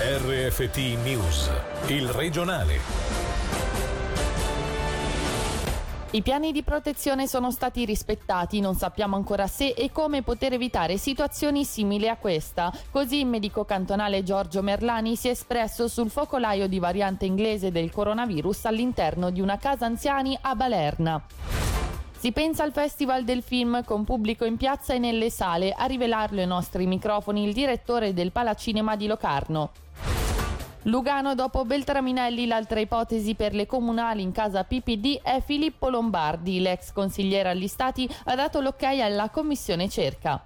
RFT News, il regionale. I piani di protezione sono stati rispettati, non sappiamo ancora se e come poter evitare situazioni simili a questa. Così il medico cantonale Giorgio Merlani si è espresso sul focolaio di variante inglese del coronavirus all'interno di una casa anziani a Balerna. Si pensa al Festival del Film con pubblico in piazza e nelle sale, a rivelarlo ai nostri microfoni il direttore del Palacinema di Locarno. Lugano dopo Beltraminelli, l'altra ipotesi per le comunali in casa PPD è Filippo Lombardi. L'ex consigliere agli stati ha dato l'ok alla commissione Cerca.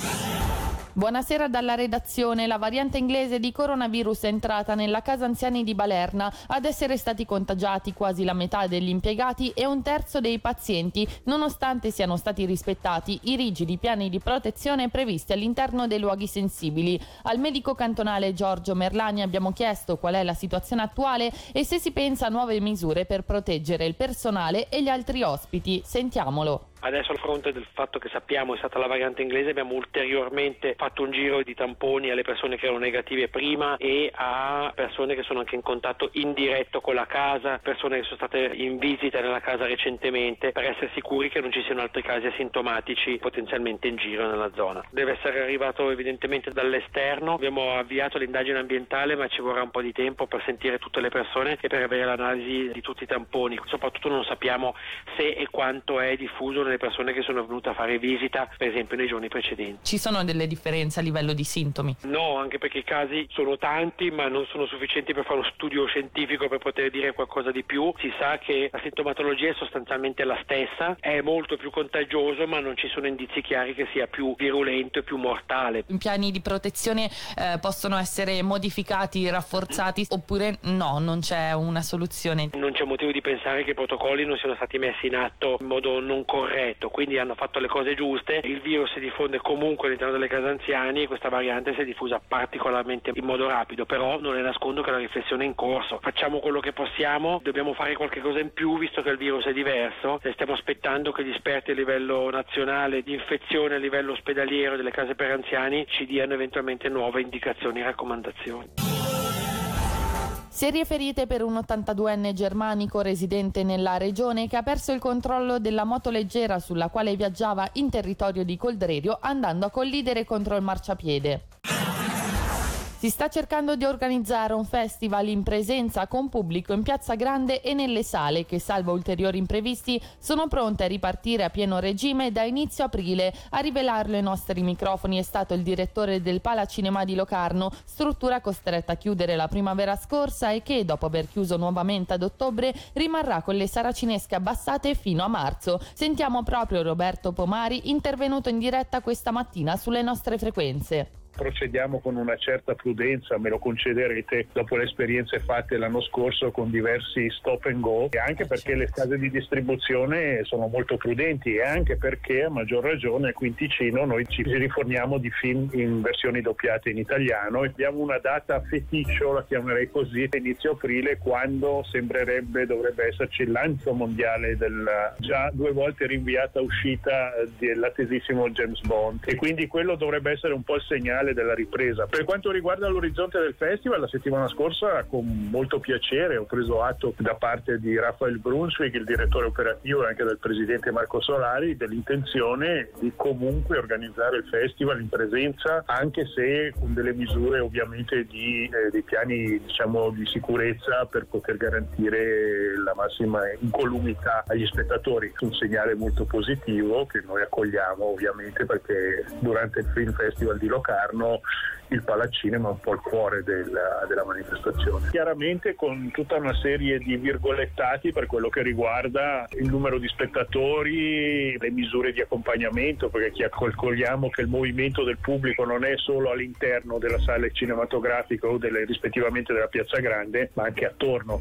Buonasera dalla redazione. La variante inglese di coronavirus è entrata nella casa anziani di Balerna. Ad essere stati contagiati quasi la metà degli impiegati e un terzo dei pazienti, nonostante siano stati rispettati i rigidi piani di protezione previsti all'interno dei luoghi sensibili. Al medico cantonale Giorgio Merlani abbiamo chiesto qual è la situazione attuale e se si pensa a nuove misure per proteggere il personale e gli altri ospiti. Sentiamolo. Adesso, a fronte del fatto che sappiamo è stata la variante inglese, abbiamo ulteriormente fatto un giro di tamponi alle persone che erano negative prima e a persone che sono anche in contatto indiretto con la casa, persone che sono state in visita nella casa recentemente, per essere sicuri che non ci siano altri casi asintomatici potenzialmente in giro nella zona. Deve essere arrivato evidentemente dall'esterno. Abbiamo avviato l'indagine ambientale, ma ci vorrà un po' di tempo per sentire tutte le persone e per avere l'analisi di tutti i tamponi. Soprattutto non sappiamo se e quanto è diffuso nelle persone che sono venute a fare visita, per esempio nei giorni precedenti. Ci sono delle differenze a livello di sintomi? No, anche perché i casi sono tanti, ma non sono sufficienti per fare uno studio scientifico per poter dire qualcosa di più. Si sa che la sintomatologia è sostanzialmente la stessa, è molto più contagioso, ma non ci sono indizi chiari che sia più virulento e più mortale. I piani di protezione possono essere modificati, rafforzati, oppure no, non c'è una soluzione? Non c'è motivo di pensare che i protocolli non siano stati messi in atto in modo non corretto, quindi hanno fatto le cose giuste. Il virus si diffonde comunque all'interno delle case anziani e questa variante si è diffusa particolarmente in modo rapido, però non le nascondo che la riflessione è in corso. Facciamo quello che possiamo, dobbiamo fare qualche cosa in più visto che il virus è diverso e stiamo aspettando che gli esperti a livello nazionale di infezione, a livello ospedaliero delle case per anziani ci diano eventualmente nuove indicazioni e raccomandazioni. Serie ferite per un 82enne germanico residente nella regione che ha perso il controllo della moto leggera sulla quale viaggiava in territorio di Coldrerio andando a collidere contro il marciapiede. Si sta cercando di organizzare un festival in presenza con pubblico in Piazza Grande e nelle sale che, salvo ulteriori imprevisti, sono pronte a ripartire a pieno regime da inizio aprile. A rivelarlo ai nostri microfoni è stato il direttore del Palacinema di Locarno, struttura costretta a chiudere la primavera scorsa e che, dopo aver chiuso nuovamente ad ottobre, rimarrà con le saracinesche abbassate fino a marzo. Sentiamo proprio Roberto Pomari, intervenuto in diretta questa mattina sulle nostre frequenze. Procediamo con una certa prudenza, me lo concederete, dopo le esperienze fatte l'anno scorso con diversi stop and go, e anche perché le case di distribuzione sono molto prudenti e anche perché a maggior ragione qui in Ticino noi ci riforniamo di film in versioni doppiate in italiano e abbiamo una data feticcio, la chiamerei così, inizio aprile, quando dovrebbe esserci il lancio mondiale della già 2 volte rinviata uscita dell'attesissimo James Bond, e quindi quello dovrebbe essere un po' il segnale della ripresa. Per quanto riguarda l'orizzonte del festival, la settimana scorsa con molto piacere ho preso atto da parte di Raphael Brunswick, il direttore operativo, e anche del presidente Marco Solari, dell'intenzione di comunque organizzare il festival in presenza, anche se con delle misure ovviamente dei piani di sicurezza per poter garantire la massima incolumità agli spettatori. Un segnale molto positivo che noi accogliamo ovviamente, perché durante il Film Festival di Locarno il Palacinema è un po' il cuore della manifestazione. Chiaramente con tutta una serie di virgolettati per quello che riguarda il numero di spettatori, le misure di accompagnamento, perché calcoliamo che il movimento del pubblico non è solo all'interno della sala cinematografica o rispettivamente della Piazza Grande, ma anche attorno.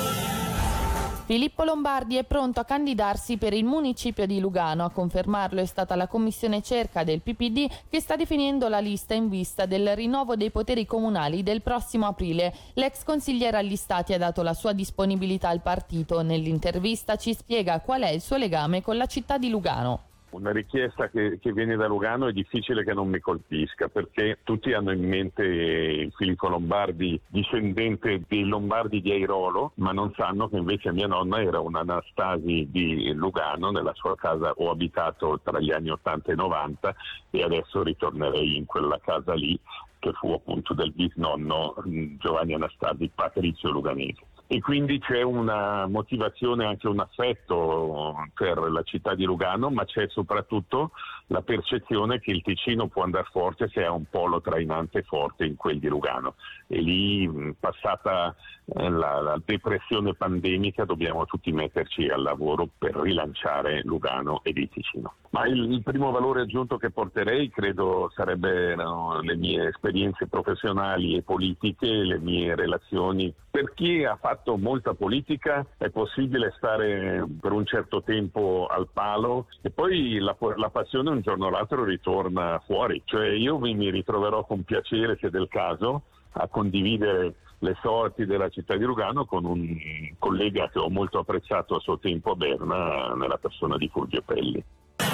Filippo Lombardi è pronto a candidarsi per il municipio di Lugano. A confermarlo è stata la commissione Cerca del PPD, che sta definendo la lista in vista del rinnovo dei poteri comunali del prossimo aprile. L'ex consigliere agli stati ha dato la sua disponibilità al partito. Nell'intervista ci spiega qual è il suo legame con la città di Lugano. Una richiesta che viene da Lugano è difficile che non mi colpisca, perché tutti hanno in mente Filippo Lombardi, discendente dei Lombardi di Airolo, ma non sanno che invece mia nonna era un'Anastasi di Lugano. Nella sua casa ho abitato tra gli anni 80 e 90 e adesso ritornerei in quella casa lì, che fu appunto del bisnonno Giovanni Anastasi, patrizio luganese. E quindi c'è una motivazione, anche un affetto per la città di Lugano, ma c'è soprattutto la percezione che il Ticino può andare forte se ha un polo trainante forte in quel di Lugano. E lì, passata la depressione pandemica, dobbiamo tutti metterci al lavoro per rilanciare Lugano ed il Ticino. Ma il primo valore aggiunto che porterei credo sarebbero le mie esperienze professionali e politiche, le mie relazioni. Per chi ha fatto molta politica è possibile stare per un certo tempo al palo e poi la passione un giorno o l'altro ritorna fuori. Cioè io mi ritroverò con piacere, se del caso, a condividere le sorti della città di Lugano con un collega che ho molto apprezzato a suo tempo a Berna, nella persona di Fulvio Pelli.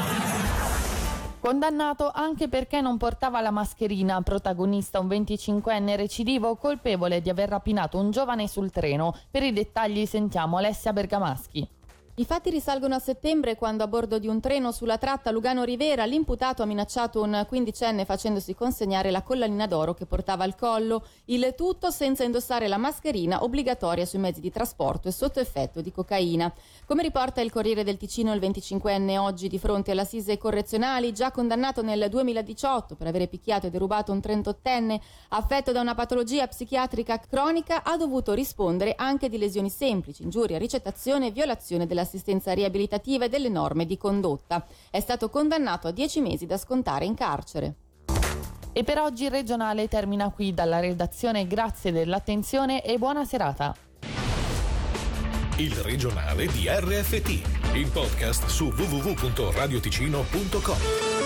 Condannato anche perché non portava la mascherina, protagonista un 25enne recidivo colpevole di aver rapinato un giovane sul treno. Per i dettagli sentiamo Alessia Bergamaschi. I fatti risalgono a settembre, quando a bordo di un treno sulla tratta Lugano-Rivera l'imputato ha minacciato un quindicenne facendosi consegnare la collanina d'oro che portava al collo, il tutto senza indossare la mascherina obbligatoria sui mezzi di trasporto e sotto effetto di cocaina. Come riporta il Corriere del Ticino, il 25enne oggi di fronte alle assise correzionali, già condannato nel 2018 per avere picchiato e derubato un 38enne affetto da una patologia psichiatrica cronica, ha dovuto rispondere anche di lesioni semplici, ingiuria, ricettazione e violazione dell'assistenza riabilitativa e delle norme di condotta. È stato condannato a 10 mesi da scontare in carcere. E per oggi il regionale termina qui. Dalla redazione grazie dell'attenzione e buona serata. Il regionale di RFT, il podcast su www.radioticino.com.